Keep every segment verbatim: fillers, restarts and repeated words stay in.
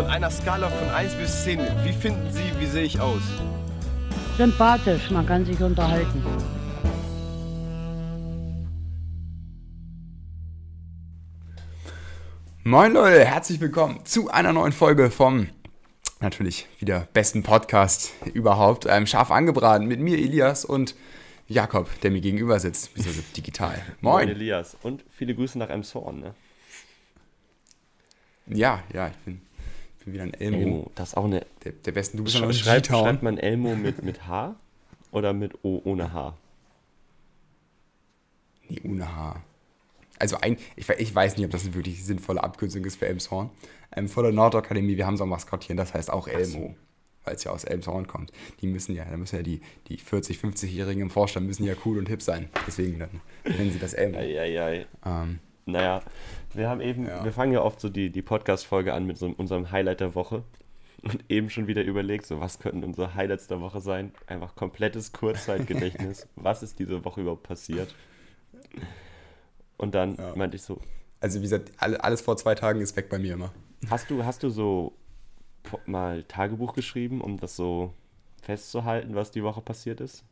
Von einer Skala von eins bis zehn, wie finden Sie, wie sehe ich aus? Sympathisch, man kann sich unterhalten. Moin Leute, herzlich willkommen zu einer neuen Folge vom natürlich wieder besten Podcast überhaupt. Ähm, scharf angebraten mit mir Elias und Jakob, der mir gegenüber sitzt, beziehungsweise digital. Moin. Moin Elias und viele Grüße nach Elmshorn, ne? Ja, ja, ich bin, ich bin wieder ein Elmo. Elmo, das ist auch eine... Der, der besten, du bist Sch- noch schreibt, G-Town. schreibt man Elmo mit, mit H oder mit O ohne H? Nee, ohne H. Also ein, ich, ich weiß nicht, ob das eine wirklich sinnvolle Abkürzung ist für Elmshorn. Ähm, vor der Nordakademie, wir haben so ein Maskottchen, das heißt auch Elmo, weil es ja aus Elmshorn kommt. Die müssen ja, da müssen ja die, die vierzig-, fünfzigjährigen im Vorstand müssen ja cool und hip sein. Deswegen dann nennen sie das Elmo. Eieiei. Ähm, Naja, wir haben eben, Ja. wir fangen ja oft so die, die Podcast-Folge an mit so unserem Highlight der Woche und eben schon wieder überlegt, so was könnten unsere Highlights der Woche sein? Einfach komplettes Kurzzeitgedächtnis. Was ist diese Woche überhaupt passiert? Und dann Ja. meinte ich so, also wie gesagt, alle- alles vor zwei Tagen ist weg bei mir immer. hast du, hast du so po- mal Tagebuch geschrieben, um das so festzuhalten, was die Woche passiert ist?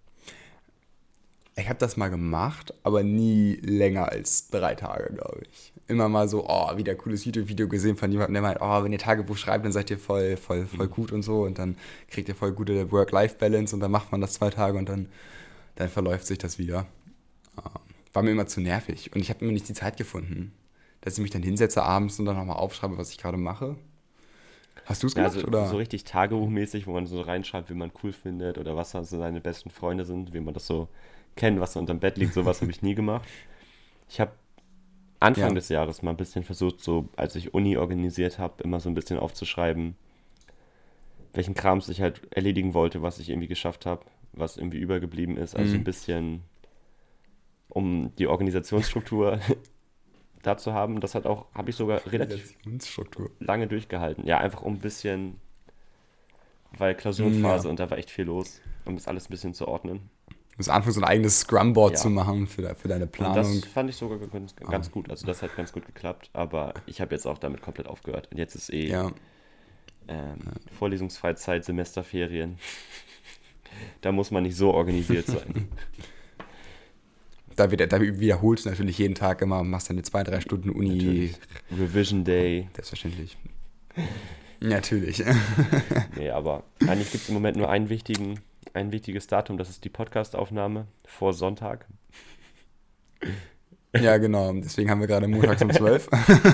Ich habe das mal gemacht, aber nie länger als drei Tage, glaube ich. Immer mal so, oh, wieder ein cooles YouTube-Video gesehen von jemandem, der meint, oh, wenn ihr Tagebuch schreibt, dann seid ihr voll, voll, voll gut und so und dann kriegt ihr voll gute Work-Life-Balance und dann macht man das zwei Tage und dann, dann verläuft sich das wieder. Ähm, War mir immer zu nervig und ich habe immer nicht die Zeit gefunden, dass ich mich dann hinsetze abends und dann nochmal aufschreibe, was ich gerade mache. Hast du es Ja, gemacht, also oder? so richtig Tagebuchmäßig, wo man so reinschreibt, wie man cool findet oder was so seine besten Freunde sind, wie man das so kennt, was so unterm Bett liegt, sowas habe ich nie gemacht. Ich habe Anfang Ja. des Jahres mal ein bisschen versucht, so als ich Uni organisiert habe, immer so ein bisschen aufzuschreiben, welchen Krams ich halt erledigen wollte, was ich irgendwie geschafft habe, was irgendwie übergeblieben ist. Also Mhm. ein bisschen, um die Organisationsstruktur da zu haben. Das hat auch, habe ich sogar relativ Organisationsstruktur. lange durchgehalten. Ja, einfach um ein bisschen, weil Klausurenphase Ja. und da war echt viel los, um das alles ein bisschen zu ordnen. Du musst anfangen, so ein eigenes Scrum-Board Ja. zu machen für, de- für deine Und Planung. das fand ich sogar ganz, ganz gut. Also das hat ganz gut geklappt, aber ich habe jetzt auch damit komplett aufgehört. Und jetzt ist eh Ja. ähm, Vorlesungsfreizeit, Semesterferien. Da muss man nicht so organisiert sein. Da, wieder, da wiederholst du natürlich jeden Tag immer, machst deine zwei, drei Stunden Uni. Natürlich. Revision Day. Selbstverständlich. Natürlich. Nee, aber eigentlich gibt es im Moment nur einen wichtigen, ein wichtiges Datum, das ist die Podcast-Aufnahme vor Sonntag. Ja, genau. Deswegen haben wir gerade montags um zwölf.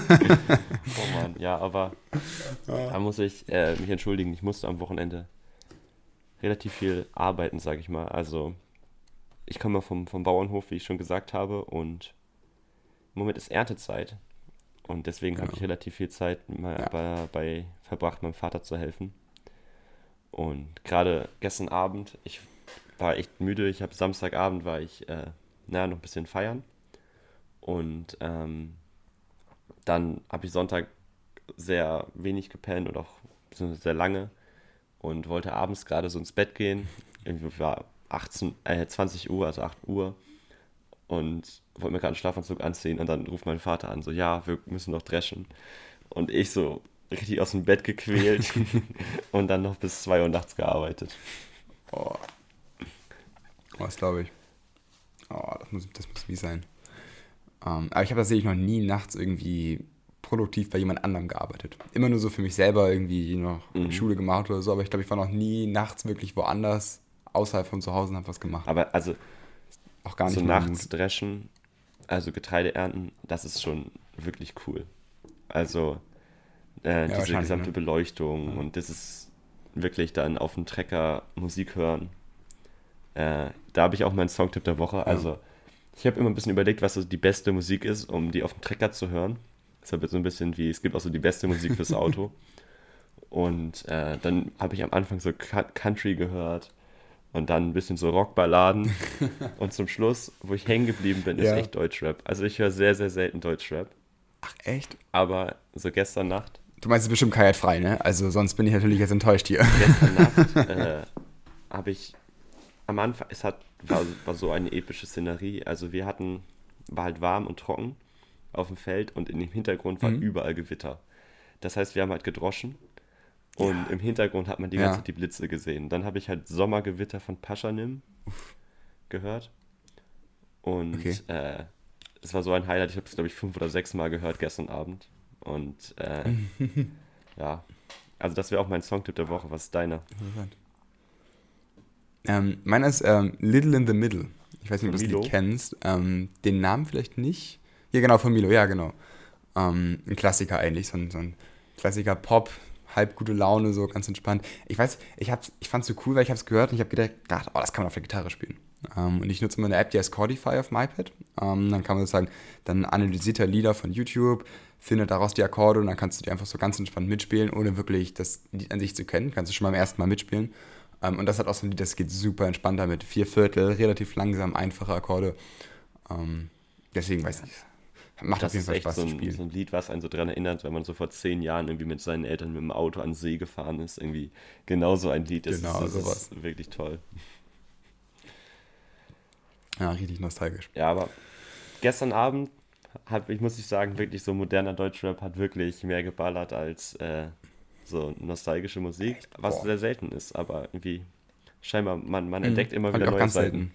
Oh Mann, ja, aber da muss ich äh, mich entschuldigen. Ich musste am Wochenende relativ viel arbeiten, sage ich mal. Also ich komme vom, vom Bauernhof, wie ich schon gesagt habe, und im Moment ist Erntezeit. Und deswegen habe Genau. ich relativ viel Zeit mal Ja. bei, bei verbracht, meinem Vater zu helfen. Und gerade gestern Abend, ich war echt müde. Ich habe Samstagabend war ich äh, na, noch ein bisschen feiern. Und ähm, dann habe ich Sonntag sehr wenig gepennt und auch beziehungsweise sehr lange und wollte abends gerade so ins Bett gehen. Irgendwie war achtzehn, äh, zwanzig Uhr, also acht Uhr, und wollte mir gerade einen Schlafanzug anziehen und dann ruft mein Vater an, so, ja, wir müssen noch dreschen. Und ich so richtig aus dem Bett gequält und dann noch bis zwei Uhr nachts gearbeitet. Oh. Oh, das glaube ich. Oh, das muss, das muss wie sein. Ähm, aber ich habe tatsächlich noch nie nachts irgendwie produktiv bei jemand anderem gearbeitet. Immer nur so für mich selber irgendwie noch Mhm. Schule gemacht oder so, aber ich glaube, ich war noch nie nachts wirklich woanders außerhalb von zu Hause und habe was gemacht. Aber also Auch gar nicht so mehr nachts dreschen, also Getreide ernten, das ist schon wirklich cool. Also äh, diese wahrscheinlich, gesamte ne? Beleuchtung und das ist wirklich dann auf dem Trecker Musik hören. Äh, da habe ich auch meinen Songtipp der Woche. Also ich habe immer ein bisschen überlegt, was so die beste Musik ist, um die auf dem Trecker zu hören. Deshalb wird so ein bisschen wie, es gibt auch so die beste Musik fürs Auto. Und äh, dann habe ich am Anfang so Ca- Country gehört und dann ein bisschen so Rockballaden. Und zum Schluss, wo ich hängen geblieben bin, ist Ja. echt Deutschrap. Also ich höre sehr, sehr selten Deutschrap. Ach, echt? Aber so gestern Nacht, Du meinst es bestimmt Kajat frei, ne? Also sonst bin ich natürlich jetzt enttäuscht hier. gestern Nacht äh, habe ich am Anfang, es hat, war, war so eine epische Szenerie. Also wir hatten, war halt warm und trocken auf dem Feld und in dem Hintergrund war Mhm. überall Gewitter. Das heißt, wir haben halt gedroschen und Ja. im Hintergrund hat man die Ja. ganze Zeit die Blitze gesehen. Dann habe ich halt Sommergewitter von Paschanim gehört. Und Okay. äh, es war so ein Highlight. Ich habe es, glaube ich, fünf oder sechs Mal gehört gestern Abend. Und äh, ja, also das wäre auch mein Songtipp der Woche. Was ist deiner? Interessant. Ähm, meiner ist ähm, Little in the Middle. Ich weiß nicht, ob du Von das Milo? Lied kennst. Ähm, den Namen vielleicht nicht. Ja, genau, von Milo, ja, genau. Ähm, ein Klassiker eigentlich, so ein, so ein Klassiker Pop, halb gute Laune, so ganz entspannt. Ich weiß, ich, hab's, ich fand's so cool, weil ich hab's gehört und ich habe gedacht, oh, das kann man auf der Gitarre spielen. Ähm, und ich nutze immer eine App, die heißt Chordify auf dem iPad. Ähm, dann kann man sozusagen, dann analysiert er Lieder von YouTube, findet daraus die Akkorde und dann kannst du die einfach so ganz entspannt mitspielen, ohne wirklich das Lied an sich zu kennen. Kannst du schon beim ersten Mal mitspielen. Um, und das hat auch so ein Lied, das geht super entspannt damit. Vier Viertel, relativ langsam, einfache Akkorde. Um, deswegen weiß ich, macht Das auf jeden ist Fall echt Spaß so zu ein, spielen. so ein Lied, was einen so daran erinnert, wenn man so vor zehn Jahren irgendwie mit seinen Eltern mit dem Auto an den See gefahren ist. Irgendwie genau so ein Lied. Das Genau, ist, das sowas. ist wirklich toll. Ja, richtig nostalgisch. Ja, aber gestern Abend hat, ich muss ich sagen, wirklich so moderner Deutschrap hat wirklich mehr geballert als äh, so nostalgische Musik, was Boah. sehr selten ist, aber irgendwie scheinbar, man, man Mhm. entdeckt immer Fand wieder ich auch neue ganz Seiten.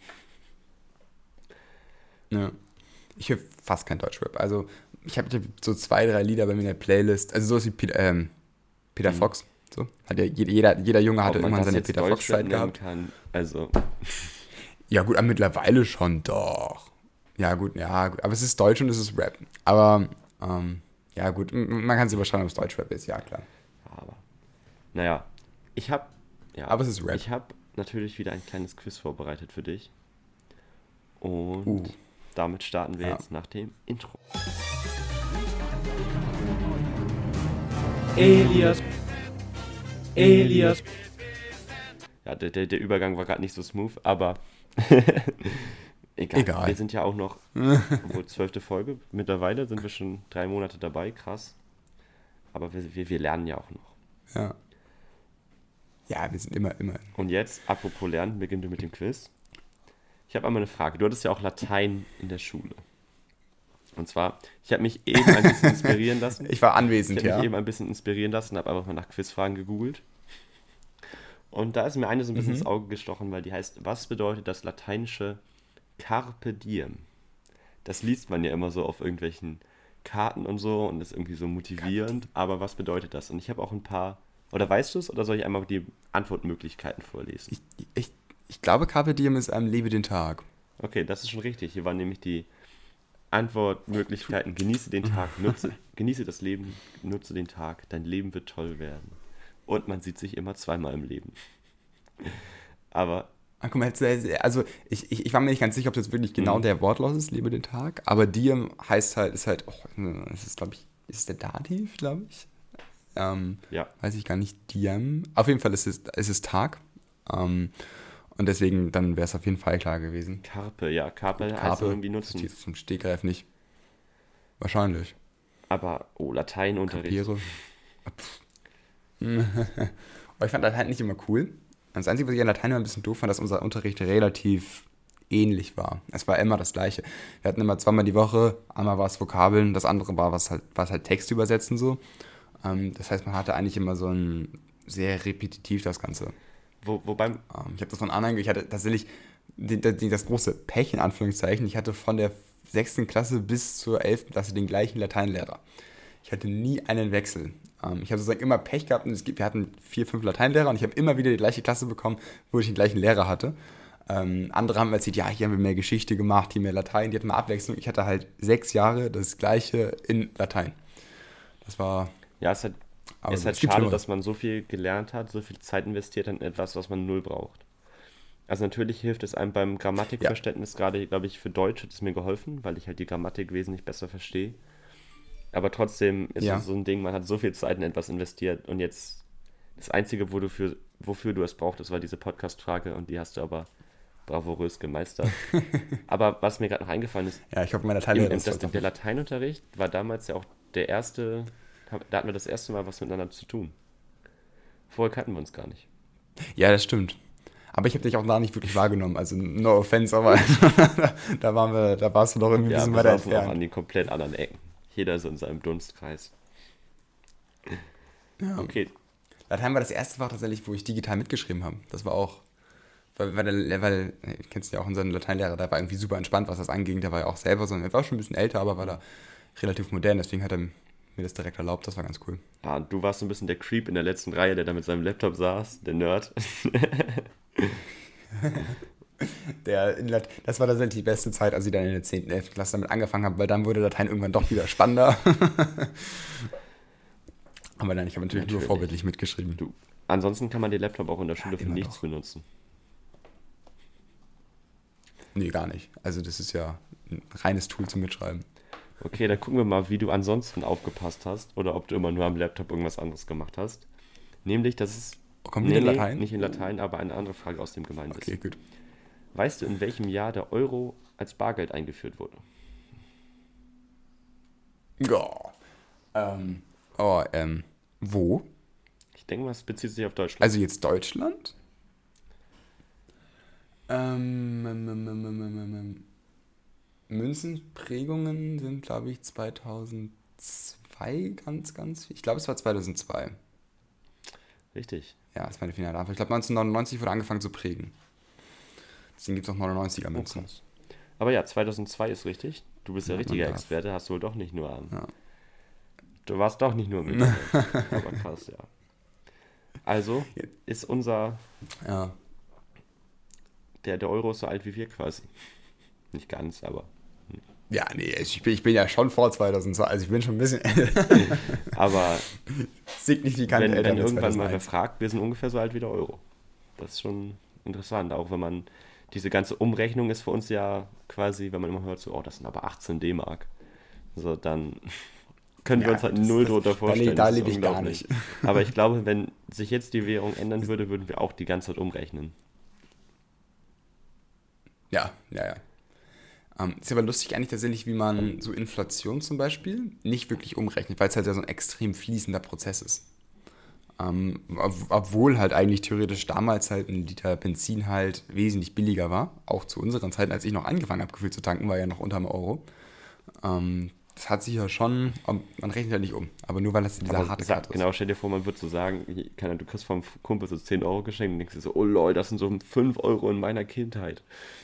selten. Ja. Ich höre fast kein Deutschrap. Also, ich habe so zwei, drei Lieder bei mir in der Playlist. Also, sowas wie Peter, ähm, Peter Mhm. Fox. So. Hat ja jeder, jeder Junge hatte Ob man irgendwann das seine jetzt Peter Deutschrap Fox-Zeit nennen gehabt. kann, also Ja, gut, aber mittlerweile schon doch. Ja, gut, ja, gut. Aber es ist Deutsch und es ist Rap. Aber, ähm, ja, gut, m- man kann es überschreiben, ob es Deutschrap ist, ja, klar. aber naja, ich habe ja, Aber es ist Rap. ich habe natürlich wieder ein kleines Quiz vorbereitet für dich und Uh. damit starten wir Ja. jetzt nach dem Intro. Elias, Elias, Ja, der, der, der Übergang war gerade nicht so smooth, aber egal. Egal. Wir sind ja auch noch, obwohl zwölfte Folge, mittlerweile sind wir schon drei Monate dabei, krass. Aber wir, wir, wir lernen ja auch noch. Ja. Ja, wir sind immer, immer. Und jetzt, apropos Lernen, beginnen wir mit dem Quiz. Ich habe einmal eine Frage. Du hattest ja auch Latein in der Schule. Und zwar, ich habe mich eben ein bisschen inspirieren lassen. Ich war Ich anwesend, habe mich ja. eben ein bisschen inspirieren lassen, habe einfach mal nach Quizfragen gegoogelt. Und da ist mir eine so ein bisschen Mhm. ins Auge gestochen, weil die heißt, was bedeutet das lateinische Carpe Diem? Das liest man ja immer so auf irgendwelchen Karten und so und ist irgendwie so motivierend, aber was bedeutet das? Und ich habe auch ein paar, oder weißt du es, oder soll ich einmal die Antwortmöglichkeiten vorlesen? Ich, ich, ich glaube, Carpe Diem ist ähm, Lebe den Tag. Okay, das ist schon richtig. Hier waren nämlich die Antwortmöglichkeiten. Genieße den Tag, nutze, genieße das Leben, nutze den Tag, dein Leben wird toll werden. Und man sieht sich immer zweimal im Leben. Aber Ah, guck mal, jetzt, äh, also ich, ich, ich war mir nicht ganz sicher, ob das wirklich genau Mhm. der Wortlaut ist, Lebe den Tag, aber Diem heißt halt, ist halt, oh, das ist, glaube ich, ist es der Dativ, glaube ich. Ähm, ja, weiß ich gar nicht, Diem. Auf jeden Fall ist es, ist es Tag. Ähm, und deswegen, dann wäre es auf jeden Fall klar gewesen. Carpe, ja, Carpe heißt Carpe, irgendwie das nutzen. steht zum Stegreif nicht. Wahrscheinlich. Aber, oh, Lateinunterricht. Capiere. Pff. Aber ich fand Latein nicht immer cool. Das Einzige, was ich an Latein immer ein bisschen doof fand, dass unser Unterricht relativ ähnlich war. Es war immer das Gleiche. Wir hatten immer zweimal die Woche, einmal war es Vokabeln, das andere war was halt, was halt Text übersetzen so. Ähm, das heißt, man hatte eigentlich immer so ein sehr repetitiv das Ganze. Wo, wobei, Ähm, ich habe das von anderen, ich hatte tatsächlich die, die, das große Pech in Anführungszeichen. Ich hatte von der sechsten Klasse bis zur elften Klasse den gleichen Lateinlehrer. Ich hatte nie einen Wechsel. Ähm, ich habe sozusagen immer Pech gehabt und es gibt, wir hatten vier, fünf Lateinlehrer und ich habe immer wieder die gleiche Klasse bekommen, wo ich den gleichen Lehrer hatte. Ähm, andere haben erzählt, ja, hier haben wir mehr Geschichte gemacht, hier mehr Latein, die hatten mehr Abwechslung. Ich hatte halt sechs Jahre das gleiche in Latein. Das war, ja, es ist halt, aber es ist halt es gibt schade, Schlimmeres. dass man so viel gelernt hat, so viel Zeit investiert in etwas, was man null braucht. Also natürlich hilft es einem beim Grammatikverständnis, gerade, glaube ich, für Deutsch hat es mir geholfen, weil ich halt die Grammatik wesentlich besser verstehe. Aber trotzdem ist Ja. es so ein Ding, man hat so viel Zeit in etwas investiert und jetzt das Einzige, wo du für, wofür du es brauchtest, war diese Podcast-Frage und die hast du aber bravourös gemeistert. Aber was mir gerade noch eingefallen ist, Ja, ich hoffe, mein im, Lateinlehrer im, ist das, stolz auf der mich. Lateinunterricht war damals ja auch der erste, da hatten wir das erste Mal was miteinander zu tun. Vorher kannten wir uns gar nicht. Ja, das stimmt. Aber ich habe dich auch da nicht wirklich wahrgenommen. Also no offense, aber da waren wir, da warst du doch irgendwie ein Ja, bisschen wir weiter saßen auch an entfernt. den komplett anderen Ecken. Jeder so in seinem Dunstkreis. Ja. Okay. Latein war das erste Fach tatsächlich, wo ich digital mitgeschrieben habe. Das war auch, weil, weil, der, weil du kennst ja auch unseren Lateinlehrer, der war irgendwie super entspannt, was das anging. Der war ja auch selber so, er war schon ein bisschen älter, aber war da relativ modern. Deswegen hat er mir das direkt erlaubt. Das war ganz cool. Ah, du warst so ein bisschen der Creep in der letzten Reihe, der da mit seinem Laptop saß, der Nerd. Der, das war tatsächlich die beste Zeit, als ich dann in der zehnten, elften Klasse damit angefangen habe, weil dann wurde Latein irgendwann doch wieder spannender. Aber nein, ich habe natürlich, natürlich nur vorbildlich mitgeschrieben. Du, ansonsten kann man den Laptop auch in der Schule ja, für nichts doch. benutzen. Nee, gar nicht. Also das ist ja ein reines Tool zum Mitschreiben. Okay, dann gucken wir mal, wie du ansonsten aufgepasst hast oder ob du immer nur am Laptop irgendwas anderes gemacht hast. Nämlich, das ist... Oh, kommt wieder nee, in Latein? Nicht in Latein, aber eine andere Frage aus dem Gemeinwissen. Okay, gut. Weißt du, in welchem Jahr der Euro als Bargeld eingeführt wurde? Ja. Ähm, oh, ähm, wo? Ich denke mal, es bezieht sich auf Deutschland. Also jetzt Deutschland? Ähm, ähm, ähm, ähm, ähm, ähm, Münzenprägungen sind, glaube ich, zweitausendzwei ganz, ganz viel. Ich glaube, es war zweitausendzwei. Richtig. Ja, das war eine finale Antwort. Ich glaube, neunzehnhundertneunundneunzig wurde angefangen zu prägen. Deswegen gibt es auch neunundneunziger Münzen. Oh, aber ja, zweitausendzwei ist richtig. Du bist der Ja, richtige Experte, hast du wohl doch nicht nur an. Ja. Du warst doch nicht nur mit. Aber krass, ja. Also ist unser... Ja. Der, der Euro ist so alt wie wir quasi. Nicht ganz, aber... Hm. Ja, nee, ich bin, ich bin ja schon vor zweitausendzwei, also ich bin schon ein bisschen älter. Aber signifikant wenn, älter. Wenn irgendwann mal wer fragt, wir sind ungefähr so alt wie der Euro. Das ist schon interessant, auch wenn man... Diese ganze Umrechnung ist für uns ja quasi, wenn man immer hört, so, oh, das sind aber achtzehn D-Mark. So, dann können ja, wir uns halt null drunter vorstellen. Da lebe ich gar nicht. Aber ich glaube, wenn sich jetzt die Währung ändern würde, würden wir auch die ganze Zeit umrechnen. Ja, ja, ja. Ähm, ist aber lustig eigentlich tatsächlich, wie man so Inflation zum Beispiel nicht wirklich umrechnet, weil es halt ja so ein extrem fließender Prozess ist. Ähm, obwohl halt eigentlich theoretisch damals halt ein Liter Benzin halt wesentlich billiger war, auch zu unseren Zeiten, als ich noch angefangen habe, gefühlt zu tanken, war ja noch unter einem Euro. Ähm, das hat sich ja schon, man rechnet ja nicht um, aber nur weil das dieser aber harte sag, Cut ist. Genau, stell dir vor, man würde so sagen, keine, du kriegst vom Kumpel so zehn Euro geschenkt und denkst dir so, oh lol, das sind so fünf Euro in meiner Kindheit.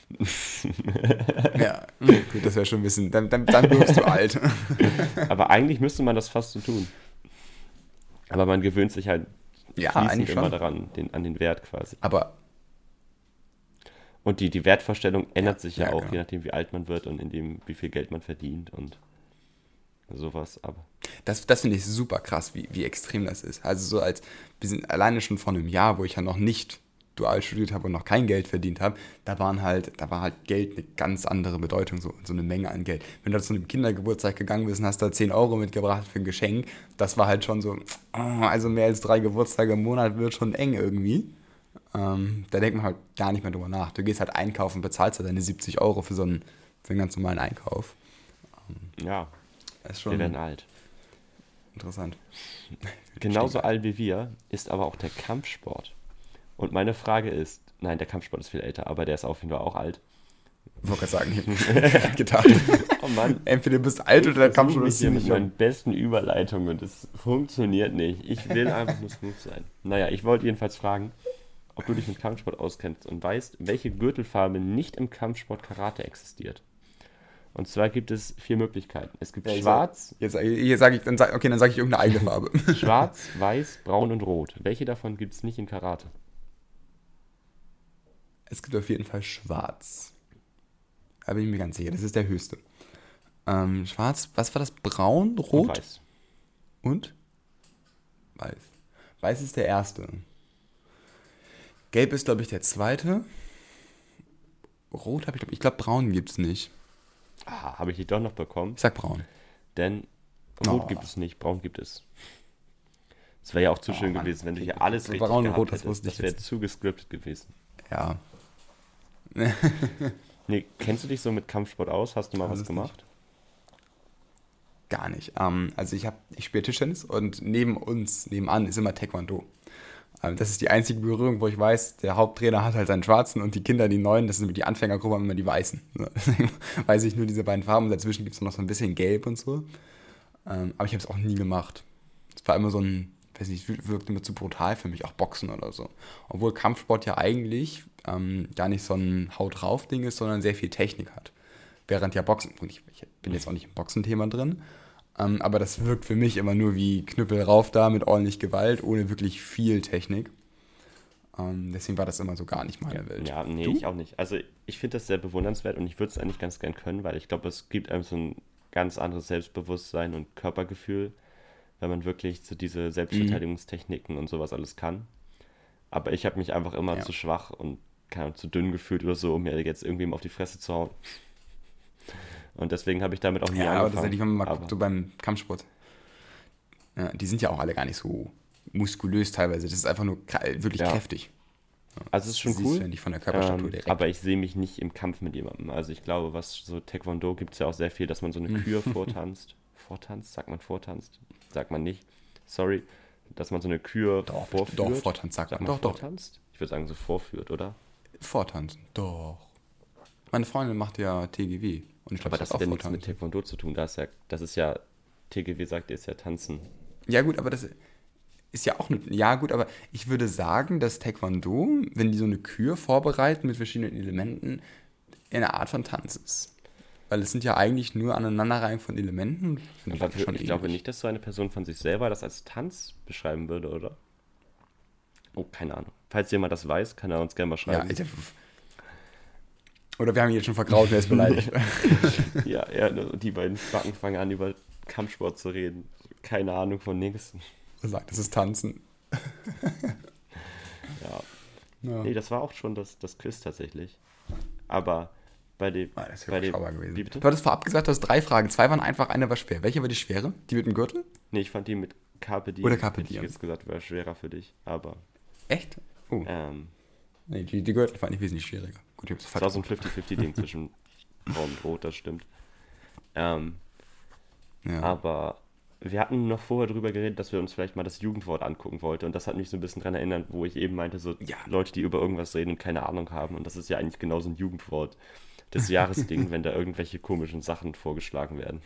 Ja, gut, das wäre schon ein bisschen, dann, dann, dann wirst du alt. Aber eigentlich müsste man das fast so tun. Aber man gewöhnt sich halt ja, fließend immer schon. daran, den, an den Wert quasi. Aber und die, die Wertvorstellung ändert ja, sich ja, ja auch, genau. Je nachdem, wie alt man wird und in dem, wie viel Geld man verdient und sowas. Aber das, das finde ich super krass, wie, wie extrem das ist. Also so als, wir sind alleine schon vor einem Jahr, wo ich ja noch nicht dual studiert habe und noch kein Geld verdient habe, da waren halt, da war halt Geld eine ganz andere Bedeutung, so, so eine Menge an Geld. Wenn du zu einem Kindergeburtstag gegangen bist und hast da zehn Euro mitgebracht für ein Geschenk, das war halt schon so, oh, also mehr als drei Geburtstage im Monat wird schon eng irgendwie. Ähm, da denkt man halt gar nicht mehr drüber nach. Du gehst halt einkaufen, bezahlst halt deine siebzig Euro für so einen, für einen ganz normalen Einkauf. Ähm, ja, ist schon wir werden alt. Interessant. Genauso alt wie wir ist aber auch der Kampfsport. Und meine Frage ist, nein, der Kampfsport ist viel älter, aber der ist auf jeden Fall auch alt. Ich wollte gerade sagen, ich habe gedacht, oh Mann. Entweder du bist alt oder der Kampfsport ist hier mit meinen besten Überleitungen und es funktioniert nicht. Ich will einfach nur smooth sein. Naja, ich wollte jedenfalls fragen, ob du dich mit Kampfsport auskennst und weißt, welche Gürtelfarbe nicht im Kampfsport Karate existiert. Und zwar gibt es vier Möglichkeiten. Es gibt ja, schwarz. Jetzt, jetzt sage ich, dann sag, okay, dann sage ich irgendeine eigene Farbe. Schwarz, weiß, braun und rot. Welche davon gibt es nicht in Karate? Es gibt auf jeden Fall schwarz. Da bin ich mir ganz sicher. Das ist der höchste. Ähm, schwarz, was war das? Braun, rot? Und weiß. Und? Weiß. Weiß ist der erste. Gelb ist, glaube ich, der zweite. Rot habe ich, glaube ich, glaube, braun gibt es nicht. Ah, habe ich die doch noch bekommen? Ich sag braun. Denn rot oh. gibt es nicht, braun gibt es. Es wäre ja auch zu oh, schön Mann. gewesen, wenn du hier alles richtig braun gehabt rot, hättest. das wusste ich Das wäre zu gescriptet gewesen. Ja. Nee, kennst du dich so mit Kampfsport aus? Hast du mal was gemacht? Nicht. Gar nicht. Ähm, also ich habe, ich spiele Tischtennis und neben uns, nebenan ist immer Taekwondo. Ähm, das ist die einzige Berührung, wo ich weiß, der Haupttrainer hat halt seinen Schwarzen und die Kinder, die Neuen, das sind die Anfängergruppe, haben immer die Weißen. So, deswegen weiß ich nur diese beiden Farben. Dazwischen gibt es noch so ein bisschen Gelb und so. Ähm, aber ich habe es auch nie gemacht. Es war immer so ein, weiß nicht, es wirkt immer zu brutal für mich, auch Boxen oder so. Obwohl Kampfsport ja eigentlich ähm, gar nicht so ein Haut-drauf-Ding ist, sondern sehr viel Technik hat. Während ja Boxen, und ich, ich bin jetzt auch nicht im Boxenthema drin, ähm, aber das wirkt für mich immer nur wie Knüppel rauf da mit ordentlich Gewalt, ohne wirklich viel Technik. Ähm, deswegen war das immer so gar nicht meine Ja, Welt. ja, nee, Du? ich auch nicht. Also ich finde das sehr bewundernswert und ich würde es eigentlich ganz gern können, weil ich glaube, es gibt einem so ein ganz anderes Selbstbewusstsein und Körpergefühl, wenn man wirklich so diese Selbstverteidigungstechniken und sowas alles kann. Aber ich habe mich einfach immer Ja. zu schwach und keine Ahnung, zu dünn gefühlt oder so, um mir jetzt irgendwie mal auf die Fresse zu hauen. Und deswegen habe ich damit auch nie Ja, aber angefangen. tatsächlich, wenn man mal Aber- guckt, so beim Kampfsport, ja, die sind ja auch alle gar nicht so muskulös teilweise. Das ist einfach nur kra- wirklich Ja. kräftig. Also es ist schon Das siehst cool. du ja nicht von der Körperstatur Ähm, direkt. aber ich sehe mich nicht im Kampf mit jemandem. Also ich glaube, was so Taekwondo gibt es ja auch sehr viel, dass man so eine Kür vortanzt. Vortanzt? Sagt man vortanzt? Sagt man nicht. Sorry. Dass man so eine Kür Doch, vorführt. doch, vortanzt sagt Sagt man. man Doch, doch. vortanzt? Ich würde sagen so vorführt, oder? Vortanzen. Doch. Meine Freundin macht ja T G W. Und ich glaube, Aber das hat ja nichts mit Taekwondo zu tun. Das ist ja, das ist ja T G W sagt, ihr, ist ja Tanzen. Ja, gut, aber das ist ja auch eine. Ja, gut, aber ich würde sagen, dass Taekwondo, wenn die so eine Kür vorbereiten mit verschiedenen Elementen, eine Art von Tanz ist. Weil es sind ja eigentlich nur Aneinanderreihen von Elementen. Finde Aber das für, ich glaube ähnlich. nicht, dass so eine Person von sich selber das als Tanz beschreiben würde, oder? Oh, keine Ahnung. Falls jemand das weiß, kann er uns gerne mal Ja, schreiben. also, oder wir haben ihn jetzt schon vergraut, wer ist beleidigt. Ja, ja, die beiden Spacken fangen an, über Kampfsport zu reden. Keine Ahnung von nichts. Er sagt, das ist Tanzen. Ja. Ja. Nee, das war auch schon das, das Quiz tatsächlich. Aber bei dem. Ah, das bei wäre dem überschaubar gewesen. Wie bitte? Du hattest vorab gesagt, du hast drei Fragen. Zwei waren einfach, eine war schwer. Welche war die schwere? Die mit dem Gürtel? Nee, ich fand die mit Carpe Diem. Oder Carpe hätte Diem. ich jetzt gesagt, wäre schwerer für dich. Aber. Echt? Oh. Ähm, Nee, die, die Gürtel fand ich wesentlich schwieriger. Gut, ich hab's das war falsch. so ein fünfzig fünfzig-Ding zwischen Braun und Rot, das stimmt. Ähm, Ja. Aber wir hatten noch vorher drüber geredet, dass wir uns vielleicht mal das Jugendwort angucken wollten. Und das hat mich so ein bisschen dran erinnert, wo ich eben meinte, so Ja. Leute, die über irgendwas reden und keine Ahnung haben. Und das ist ja eigentlich genau so ein Jugendwort des Jahresding, wenn da irgendwelche komischen Sachen vorgeschlagen werden.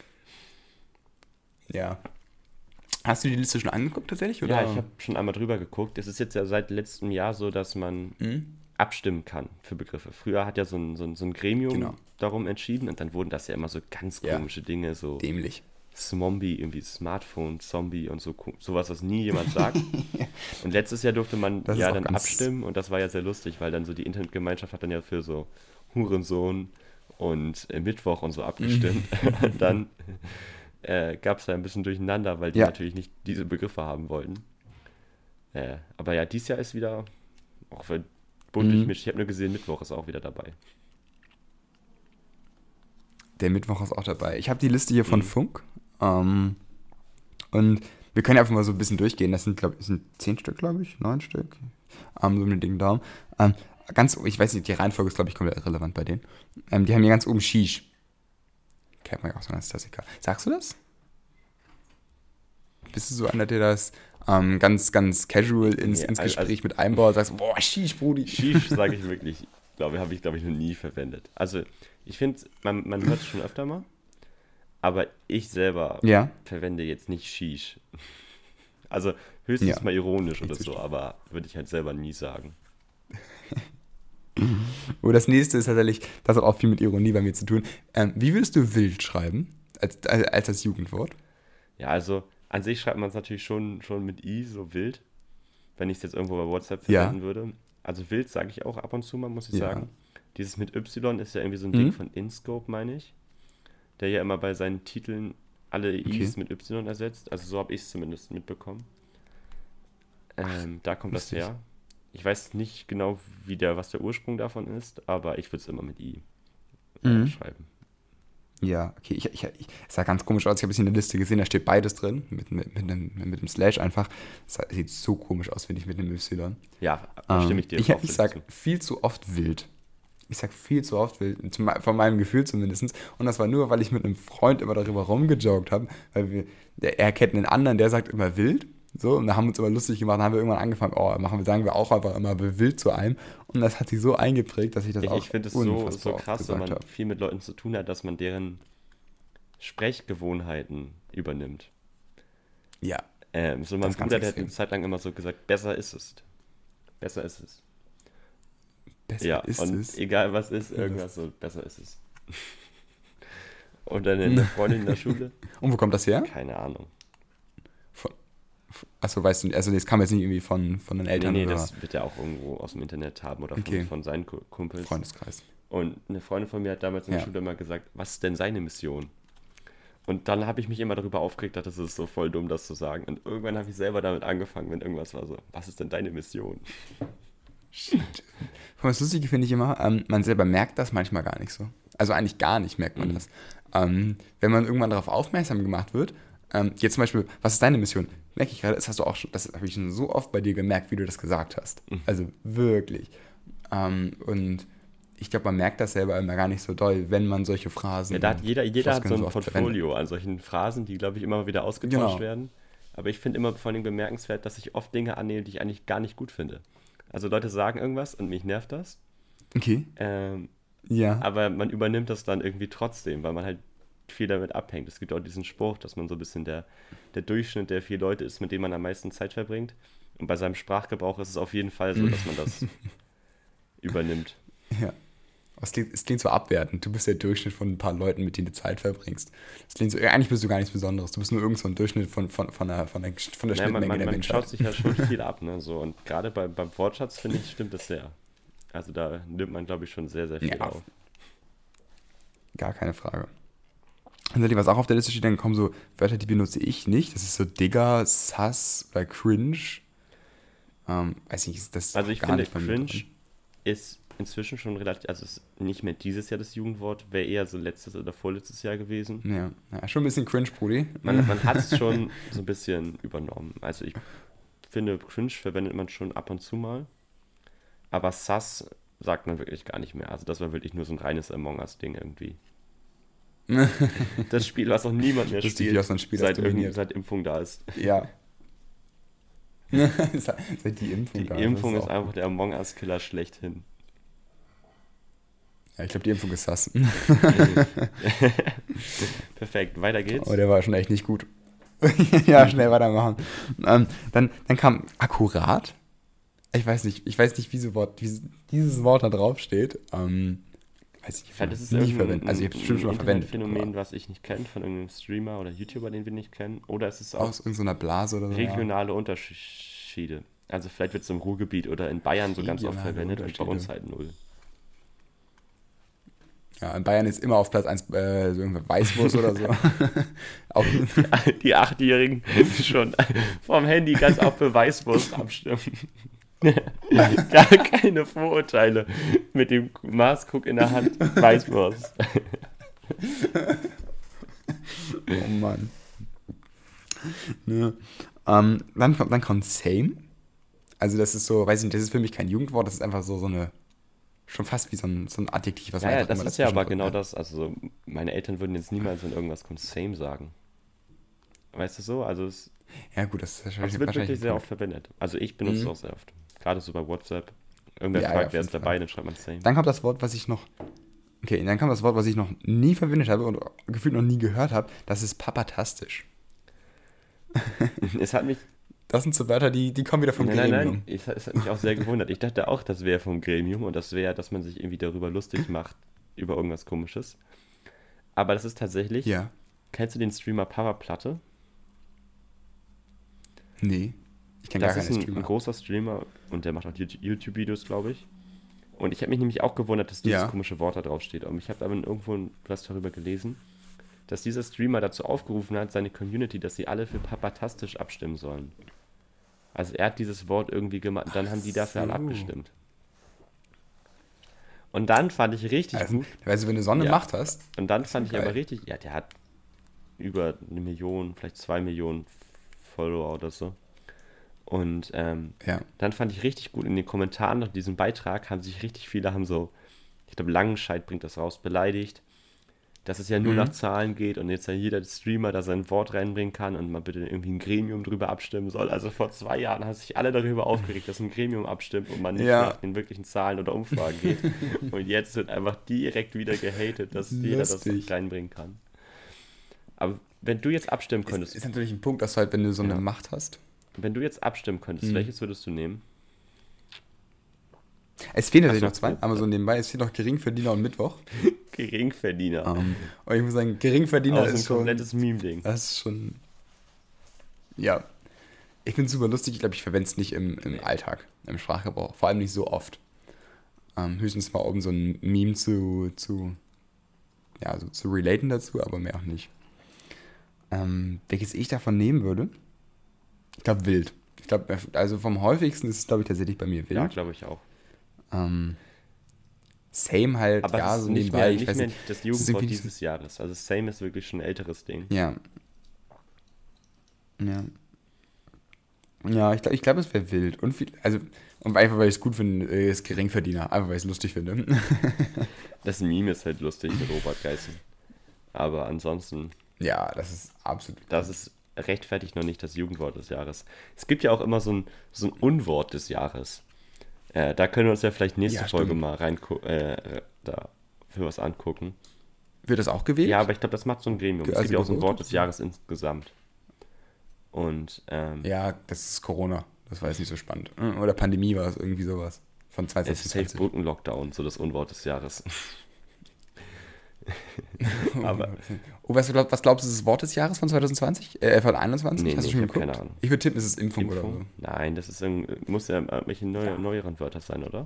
ja. Hast du die Liste schon angeguckt tatsächlich? Oder? Ja, ich habe schon einmal drüber geguckt. Es ist jetzt ja seit letztem Jahr so, dass man Hm? abstimmen kann für Begriffe. Früher hat ja so ein, so ein, so ein Gremium Genau. darum entschieden und dann wurden das ja immer so ganz Ja. komische Dinge, so Dämlich. Smombie, irgendwie Smartphone, Zombie und so, ko- sowas, was nie jemand sagt. Und letztes Jahr durfte man Das ist ja auch dann ganz- abstimmen und das war ja sehr lustig, weil dann so die Internetgemeinschaft hat dann ja für so Hurensohn und äh, Mittwoch und so abgestimmt. Und dann äh, gab es da ein bisschen Durcheinander, weil die Ja. natürlich nicht diese Begriffe haben wollten. Äh, aber ja, dieses Jahr ist wieder, auch für bunt Mhm. durchmischt. Ich habe nur gesehen, Mittwoch ist auch wieder dabei. Der Mittwoch ist auch dabei. Ich habe die Liste hier von Mhm. Funk. Ähm, und wir können einfach mal so ein bisschen durchgehen. Das sind, glaube ich, sind zehn Stück, glaube ich. Neun Stück. Ähm, so mit dem dicken Daumen. Ähm, ganz, ich weiß nicht, die Reihenfolge ist, glaube ich, komplett irrelevant bei denen. Ähm, die haben hier ganz oben Shish. Kennt man ja auch so als Klassiker. Sagst du das? Bist du so einer, der das ähm, ganz, ganz casual ins, Nee, ins also- Gespräch mit einbaut? Sagst, boah, Shish, Brudi. Shish sage ich wirklich, glaube habe ich, glaube ich, noch nie verwendet. Also, ich finde, man, man hört es schon öfter mal, aber ich selber Ja. verwende jetzt nicht Shish. Also, höchstens Ja. mal ironisch Ich oder so, verstehe. aber würde ich halt selber nie sagen. Oh, das nächste ist tatsächlich, das hat auch viel mit Ironie bei mir zu tun. Ähm, wie würdest du wild schreiben, als, als, als das Jugendwort? Ja, also, an sich schreibt man es natürlich schon, schon mit I, so wild, wenn ich es jetzt irgendwo bei WhatsApp Ja. verwenden würde. Also, wild sage ich auch ab und zu mal, muss ich Ja. sagen. Dieses mit Y ist ja irgendwie so ein Mhm. Ding von InScope, meine ich, der ja immer bei seinen Titeln alle I's Okay. mit Y ersetzt. Also so habe ich es zumindest mitbekommen. Ähm, da kommt das lustig. her. Ich weiß nicht genau, wie der, was der Ursprung davon ist, aber ich würde es immer mit I äh, Mhm. schreiben. Ja, okay, ich, ich, ich, es sah ganz komisch aus. Ich habe es in der Liste gesehen, da steht beides drin, mit, mit, mit, einem, mit einem Slash einfach. Es sah- sieht so komisch aus, finde ich, mit einem Y. Ja, da Ähm, stimme ich dir. Ich, auch ich für sag zu. viel zu oft wild. Ich sag viel zu oft wild, zum, von meinem Gefühl zumindest. Und das war nur, weil ich mit einem Freund immer darüber rumgejoked habe, weil wir, der, er kennt einen anderen, der sagt immer wild. So, und da haben wir uns immer lustig gemacht, dann haben wir irgendwann angefangen, oh, machen wir, sagen wir auch einfach immer wild zu einem. Und das hat sich so eingeprägt, dass ich das Ich, auch ich finde es so, unfassbar so oft krass, wenn gesagt man habe. viel mit Leuten zu tun hat, dass man deren Sprechgewohnheiten übernimmt. Ja, Ähm, so mein Das ist ganz Bruder, der hat extrem. eine Zeit lang immer so gesagt, besser ist es. Besser ist es. Besser Ja, ist und es. egal was ist, irgendwas so, besser ist es. Und dann eine Freundin in der Schule, Und wo kommt das her? keine Ahnung. Achso, weißt du, also das kam jetzt nicht irgendwie von, von den Nee, Eltern nee, oder das wird er auch irgendwo aus dem Internet haben oder von, Okay. von seinen Ku- Kumpels. Freundeskreis. Und eine Freundin von mir hat damals in der Ja. Schule immer gesagt, was ist denn seine Mission? Und dann habe ich mich immer darüber aufgeregt, dass es ist so voll dumm, das zu sagen. Und irgendwann habe ich selber damit angefangen, wenn irgendwas war so, was ist denn deine Mission? Das Lustige finde ich immer, ähm, man selber merkt das manchmal gar nicht so. Also eigentlich gar nicht merkt man Mhm. das. Ähm, wenn man irgendwann darauf aufmerksam gemacht wird, ähm, jetzt zum Beispiel, was ist deine Mission? Merke ich gerade, das hast du auch schon, das habe ich schon so oft bei dir gemerkt, wie du das gesagt hast. Mhm. Also wirklich. Ähm, und ich glaube, man merkt das selber immer gar nicht so doll, wenn man solche Phrasen. Ja, da hat jeder, jeder hat so Floskeln ein oft Portfolio an solchen Phrasen, die, glaube ich, immer wieder ausgetauscht Genau. werden. Aber ich finde immer vor allem bemerkenswert, dass ich oft Dinge annehme, die ich eigentlich gar nicht gut finde. Also Leute sagen irgendwas und mich nervt das. Okay. Ähm, Ja. aber man übernimmt das dann irgendwie trotzdem, weil man halt viel damit abhängt. Es gibt auch diesen Spruch, dass man so ein bisschen der, der Durchschnitt der vier Leute ist, mit denen man am meisten Zeit verbringt. Und bei seinem Sprachgebrauch ist es auf jeden Fall so, dass man das übernimmt. Ja. Es klingt, es klingt so abwertend. Du bist der Durchschnitt von ein paar Leuten, mit denen du Zeit verbringst. Das klingt so, eigentlich bist du gar nichts Besonderes. Du bist nur irgend so ein Durchschnitt von, von, von, der, von, der, von der Naja, man Schnittmenge man, der man Menschheit. schaut sich ja schon viel ab, ne? So, und gerade bei, beim Wortschatz, finde ich, stimmt das sehr. Also da nimmt man, glaube ich, schon sehr, sehr viel Ja. auf. Gar keine Frage. Und was auch auf der Liste steht, dann kommen so Wörter, die benutze ich nicht. Das ist so Digger, Sass oder Cringe. Ähm, weiß nicht, ist das Also ich gar finde, nicht bei mir cringe drin. ist inzwischen schon relativ, also es ist nicht mehr dieses Jahr das Jugendwort, wäre eher so letztes oder vorletztes Jahr gewesen. Ja. ja, schon ein bisschen cringe, Brudi. Man, man hat es schon so ein bisschen übernommen. Also ich finde, cringe verwendet man schon ab und zu mal. Aber Sass sagt man wirklich gar nicht mehr. Also das war wirklich nur so ein reines Among Us-Ding irgendwie. Das Spiel, was auch niemand mehr Lustig, spielt, wie auch so ein Spiel, das seit, dominiert. irgend- seit Impfung da ist. Ja. Seit die Impfung Die da Impfung das ist auch- einfach der Among Us-Killer schlechthin. Ja, ich glaube, die Impfung ist Sass. Perfekt, weiter geht's. Oh, der war schon echt nicht gut. Ja, schnell weitermachen. Ähm, dann, dann kam akkurat. Ich weiß nicht, ich weiß nicht, wie so Wort, dieses, dieses Wort da drauf steht. Ähm, weiß ich Vielleicht ist es nie irgendein verwendet. Also ich habe es bestimmt schon mal verwendet. Phänomen, was ich nicht kenne, von irgendeinem Streamer oder YouTuber, den wir nicht kennen. Oder ist es auch Aus irgendeiner Blase oder so. regionale Unterschiede. Also vielleicht wird es im Ruhrgebiet oder in Bayern so ganz oft Regionale verwendet und bei uns Unterschiede. halt null. Ja. ja, in Bayern ist immer auf Platz eins äh, so irgendwas Weißwurst oder so. Auch, Die Achtjährigen schon vom Handy ganz oft für Weißwurst abstimmen. Gar keine Vorurteile. Mit dem Maßkrug in der Hand, Weißwurst. oh Mann. Ne. Ähm, dann, kommt, dann kommt same. Also das ist so, weiß ich nicht, das ist für mich kein Jugendwort, das ist einfach so, so eine, schon fast wie so ein, so ein Adjektiv, was Ja, man ja, einfach das immer ist ja aber dazwischen genau drückt, ne? das. Also so, meine Eltern würden jetzt niemals, wenn irgendwas kommt, same sagen. Weißt du so? Also es, Ja gut, das ist es wahrscheinlich, wird wahrscheinlich wirklich sehr ein oft verwendet. Also ich benutze es Mhm. auch sehr oft. Gerade so bei WhatsApp. Irgendwer Ja, ja, fragt, auf wer jeden ist dabei, Fall. dann schreibt man same. Dann kommt das Wort, was ich noch, okay, dann kommt das Wort, was ich noch nie verwendet habe und gefühlt noch nie gehört habe, das ist papatastisch. Es hat mich, Das sind so Wörter, die, die kommen wieder vom nein, nein, Gremium. nein, es, hat- es hat mich auch sehr gewundert. Ich dachte auch, das wäre vom Gremium und das wäre, dass man sich irgendwie darüber lustig macht, über irgendwas Komisches. Aber das ist tatsächlich, Ja, kennst du den Streamer Papa Platte? nee, ich kenne gar Das ist keine ein, ein Streamer. großer Streamer und der macht auch YouTube- YouTube-Videos, glaube ich. Und ich habe mich nämlich auch gewundert, dass dieses Ja. komische Wort da drauf steht. Und ich habe aber irgendwo was darüber gelesen, dass dieser Streamer dazu aufgerufen hat, seine Community, dass sie alle für Papatastisch abstimmen sollen. Also er hat dieses Wort irgendwie gemacht, dann haben die dafür alle so. abgestimmt. Und dann fand ich richtig Also, gut, weißt du, wenn du so eine Ja. Macht hast, und dann fand ich geil. aber richtig, ja, der hat über eine Million, vielleicht zwei Millionen Follower oder so. Und ähm, ja, dann fand ich richtig gut in den Kommentaren nach diesem Beitrag, haben sich richtig viele, haben so, ich glaube, Langenscheid bringt das raus, beleidigt, dass es ja nur Mhm. nach Zahlen geht und jetzt ja jeder Streamer da sein Wort reinbringen kann und man bitte irgendwie ein Gremium drüber abstimmen soll. Also vor zwei Jahren haben sich alle darüber aufgeregt, dass ein Gremium abstimmt und man nicht Ja. nach den wirklichen Zahlen oder Umfragen geht. Und jetzt wird einfach direkt wieder gehatet, dass jeder das Lustig. reinbringen kann. Aber wenn du jetzt abstimmen Ist, könntest, ist natürlich ein Punkt, dass du halt, wenn du so eine Ja. Macht hast. wenn du jetzt abstimmen könntest, Mhm. welches würdest du nehmen? Es fehlen natürlich Ach noch so. zwei, aber so nebenbei, es fehlt noch Geringverdiener und Mittwoch. Geringverdiener. Ähm, und ich muss sagen, Geringverdiener Auch so ein ist schon, komplettes Meme-Ding. das ist schon, ja. Ich finde es super lustig, ich glaube, ich verwende es nicht im, im Alltag, im Sprachgebrauch, vor allem nicht so oft. Ähm, höchstens mal, um so ein Meme zu, zu, ja, so zu relaten dazu, aber mehr auch nicht. Ähm, welches ich davon nehmen würde? Ich glaube, wild. Ich glaube, also vom häufigsten ist es, glaube ich, tatsächlich bei mir wild. Ja, glaube ich auch. Ähm, same halt, Aber ja, das ist so nicht nebenbei, mehr, ich nicht weiß mehr nicht. das ist Jugendwort irgendwie nicht so- dieses Jahres. Also Same ist wirklich schon ein älteres Ding. Ja. Ja. Ja, ich glaube, ich glaub, es wäre wild. Und viel, also, und einfach, weil ich es gut finde, äh, ist Geringverdiener. Einfach, weil ich es lustig finde. Das Meme ist halt lustig mit Robert Geißen. Aber ansonsten, Ja, das ist absolut. das ist rechtfertigt noch nicht das Jugendwort des Jahres. Es gibt ja auch immer so ein, so ein Unwort des Jahres. Äh, da können wir uns ja vielleicht nächste Ja, Folge stimmt. mal rein äh, da für was angucken. Wird das auch gewählt? Ja, aber ich glaube, das macht so ein Gremium. Es Also gibt ja auch so ein gewotet? Wort des Jahres insgesamt. Und ähm, Ja, das ist Corona. Das war jetzt nicht so spannend. Oder Pandemie war es, irgendwie sowas. Von es ist Safe zwanzig zwanzig. Brückenlockdown, so das Unwort des Jahres. Aber Oh, weißt du, glaub, was glaubst du, ist das Wort des Jahres von zwanzig zwanzig? Äh, von einundzwanzig? Nee, Hast nee, du schon ich hab geguckt? keine Ahnung. Ich würde tippen, es ist Impfung, oder Impfung? so. Nein, das ist irgend, muss ja irgendwelche neue, neueren Wörter sein, oder?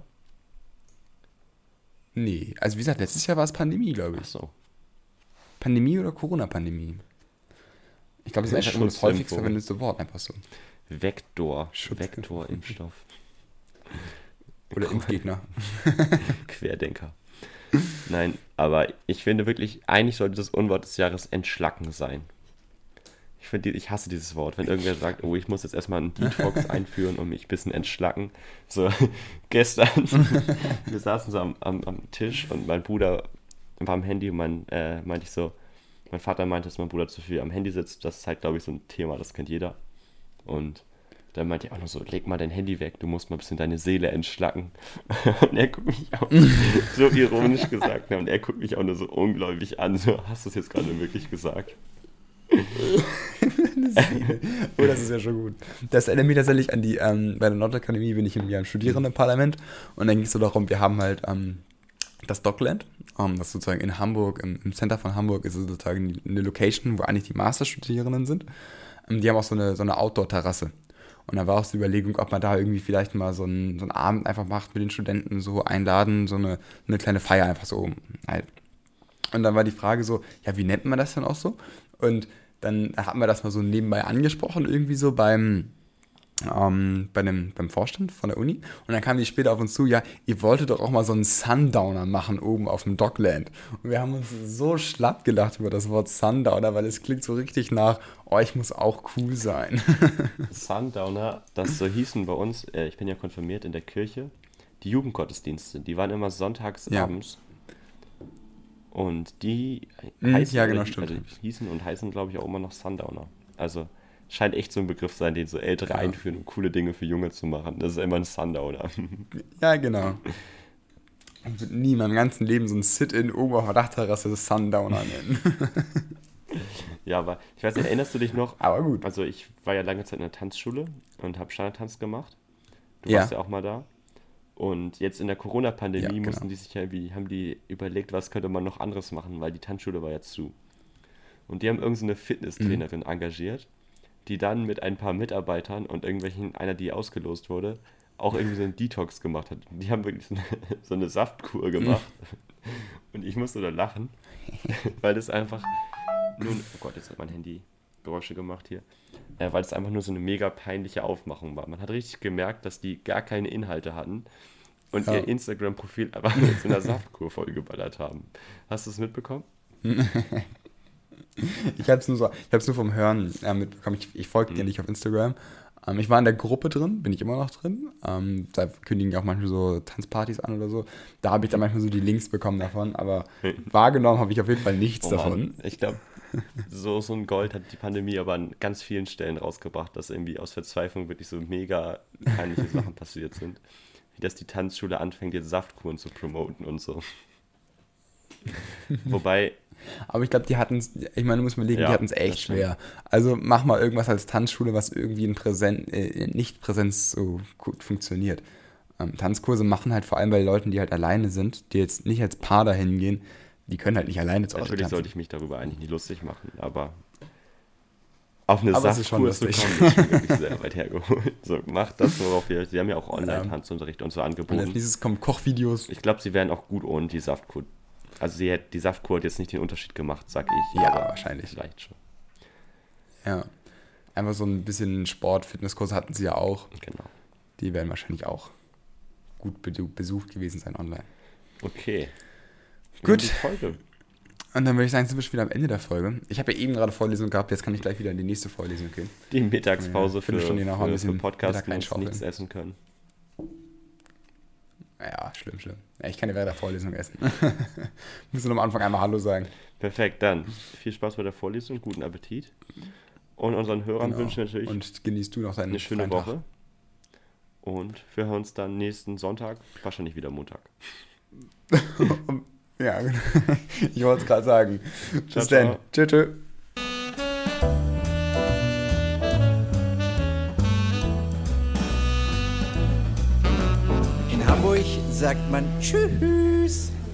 Nee, also wie gesagt, letztes Jahr war es Pandemie, glaube Ach ich. so. Pandemie oder Corona-Pandemie? Ich glaube, das ist einfach schon das häufigst Schutzimpfung. verwendete Wort, einfach so. Vektor. Schutz- Vektorimpfstoff. Oder Impfgegner. Querdenker. Nein, aber ich finde wirklich, eigentlich sollte das Unwort des Jahres entschlacken sein. Ich finde, ich hasse dieses Wort. Wenn irgendwer sagt, oh, ich muss jetzt erstmal einen Detox einführen und mich ein bisschen entschlacken. So, gestern, wir saßen so am, am, am Tisch und mein Bruder war am Handy und mein, äh, meinte ich so, mein Vater meinte, dass mein Bruder zu viel am Handy sitzt. Das ist halt, glaube ich, so ein Thema, das kennt jeder. Und dann meinte ich auch nur so, leg mal dein Handy weg, du musst mal ein bisschen deine Seele entschlacken. Und er guckt mich auch so ironisch gesagt, und er guckt mich auch nur so ungläubig an, so, hast du es jetzt gerade wirklich gesagt? Oh, das ist ja schon gut. Das erinnert mich tatsächlich an die, ähm, bei der Nordakademie bin ich im, ja, im Studierendenparlament und dann ging es so darum, wir haben halt ähm, das Dockland, ähm, das sozusagen in Hamburg, im, im Center von Hamburg ist es sozusagen eine Location, wo eigentlich die Masterstudierenden sind. Ähm, die haben auch so eine, so eine Outdoor-Terrasse. Und da war auch die Überlegung, ob man da irgendwie vielleicht mal so einen, so einen Abend einfach macht mit den Studenten, so einladen, so eine, eine kleine Feier einfach so halt. Und dann war die Frage so, ja, wie nennt man das denn auch so? Und dann hatten wir das mal so nebenbei angesprochen, irgendwie so beim, ähm, bei dem, beim Vorstand von der Uni. Und dann kamen die später auf uns zu, ja, ihr wolltet doch auch mal so einen Sundowner machen oben auf dem Dockland. Und wir haben uns so schlapp gelacht über das Wort Sundowner, weil es klingt so richtig nach, oh, ich muss auch cool sein. Sundowner, das so hießen bei uns, äh, ich bin ja konfirmiert in der Kirche, die Jugendgottesdienste, die waren immer sonntags Ja. abends. Und die Mhm, heißen, ja, genau, oder, stimmt. also hießen und heißen, glaube ich, auch immer noch Sundowner. Also scheint echt so ein Begriff sein, den so Ältere Ja. einführen, um coole Dinge für Junge zu machen. Das ist immer ein Sundowner. Ja, genau. Ich würde nie in meinem ganzen Leben so ein Sit-In oben auf der Dachterrasse Sundowner nennen. Ja, aber ich weiß nicht, erinnerst du dich noch? Aber gut. Also ich war ja lange Zeit in der Tanzschule und habe Standardtanz gemacht. Du Ja. warst ja auch mal da. Und jetzt in der Corona-Pandemie Ja, genau. mussten die sich ja irgendwie, haben die überlegt, was könnte man noch anderes machen, weil die Tanzschule war ja zu. Und die haben irgend so eine Fitnesstrainerin Mhm. engagiert, die dann mit ein paar Mitarbeitern und irgendwelchen, einer, die ausgelost wurde, auch irgendwie so einen Detox gemacht hat. Die haben wirklich so eine, so eine Saftkur gemacht. Und ich musste da lachen, weil das einfach nun, oh Gott, jetzt hat mein Handy Geräusche gemacht hier, äh, weil es einfach nur so eine mega peinliche Aufmachung war. Man hat richtig gemerkt, dass die gar keine Inhalte hatten und Ja. ihr Instagram-Profil einfach mit so einer Saftkur vollgeballert haben. Hast du es mitbekommen? Ich habe es nur, so, ich hab's nur vom Hören äh, mitbekommen. Ich, ich folge dir Mhm. nicht auf Instagram. Ähm, ich war in der Gruppe drin, bin ich immer noch drin. Ähm, da kündigen ja auch manchmal so Tanzpartys an oder so. Da habe ich dann manchmal so die Links bekommen davon. Aber wahrgenommen habe ich auf jeden Fall nichts Oh davon. Mann, ich glaube, so, so ein Gold hat die Pandemie aber an ganz vielen Stellen rausgebracht, dass irgendwie aus Verzweiflung wirklich so mega peinliche Sachen passiert sind. Wie dass die Tanzschule anfängt, jetzt Saftkuren zu promoten und so. Wobei, Aber ich glaube, die hatten es, ich meine, du musst mal legen, Ja, die hatten es das echt stimmt. schwer. Also mach mal irgendwas als Tanzschule, was irgendwie in Präsenz, äh, nicht Präsenz so gut funktioniert. Ähm, Tanzkurse machen halt vor allem bei Leuten, die halt alleine sind, die jetzt nicht als Paar dahin gehen, die können halt nicht alleine zu Hause Natürlich tanzen. sollte ich mich darüber eigentlich nicht lustig machen, aber auf eine Aber es ist schon Saftkur zu lustig. kommen, ist schon wirklich sehr weit hergeholt. So, macht das, worauf ihr, sie haben ja auch Online-Tanzunterricht und so Und als angeboten. nächstes kommen Kochvideos. Ich glaube, sie wären auch gut ohne die Saftkur. Also sie hat, die Saftkur hat jetzt nicht den Unterschied gemacht, sag ich. Ja, aber wahrscheinlich. Vielleicht schon. Ja. Einfach so ein bisschen Sport, Fitnesskurse hatten sie ja auch. Genau. Die werden wahrscheinlich auch gut bedu- besucht gewesen sein online. Okay. Gut. Die Folge. Und dann würde ich sagen, sind wir schon wieder am Ende der Folge. Ich habe ja eben gerade Vorlesung gehabt, jetzt kann ich gleich wieder in die nächste Vorlesung gehen. Die Mittagspause Ja, für, Viertelstunde nachher ein für, bisschen für Podcasten Mittag und einschaufeln. nichts essen können. Ja, schlimm, schlimm. Ja, ich kann ja während der Vorlesung essen. Müssen am Anfang einmal Hallo sagen. Perfekt, dann viel Spaß bei der Vorlesung, guten Appetit. Und unseren Hörern Genau. wünschen wir natürlich Und genießt du noch deinen eine schöne freien Tag. Woche. Und wir hören uns dann nächsten Sonntag, wahrscheinlich wieder Montag. Ja, genau. Ich wollte es gerade sagen. Bis Ciao, dann. Tschö, tschö. In Hamburg sagt man Tschüss.